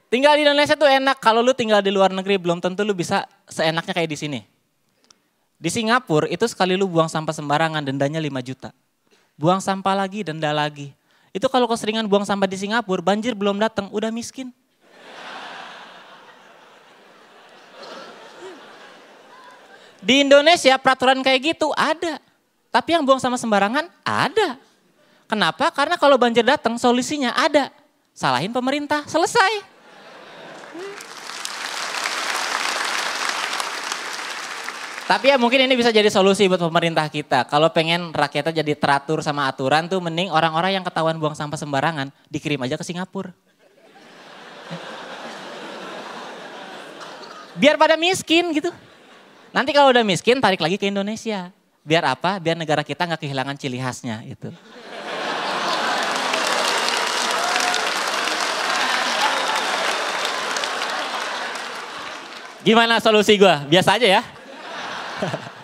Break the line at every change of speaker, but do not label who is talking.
Tinggal di Indonesia tuh enak, kalau lu tinggal di luar negeri belum tentu lu bisa seenaknya kayak di sini. Di Singapura itu sekali lu buang sampah sembarangan dendanya 5 juta. Buang sampah lagi, denda lagi. Itu kalau keseringan buang sampah di Singapura, banjir belum datang, udah miskin. Di Indonesia peraturan kayak gitu ada. Tapi yang buang sampah sembarangan ada. Kenapa? Karena kalau banjir datang solusinya ada. Salahin pemerintah, selesai. Tapi ya mungkin ini bisa jadi solusi buat pemerintah kita. Kalau pengen rakyatnya jadi teratur sama aturan tuh mending orang-orang yang ketahuan buang sampah sembarangan dikirim aja ke Singapura. Biar pada miskin gitu. Nanti kalau udah miskin tarik lagi ke Indonesia. Biar apa? Biar negara kita nggak kehilangan ciri khasnya itu. Gimana solusi gue? Biasa aja ya.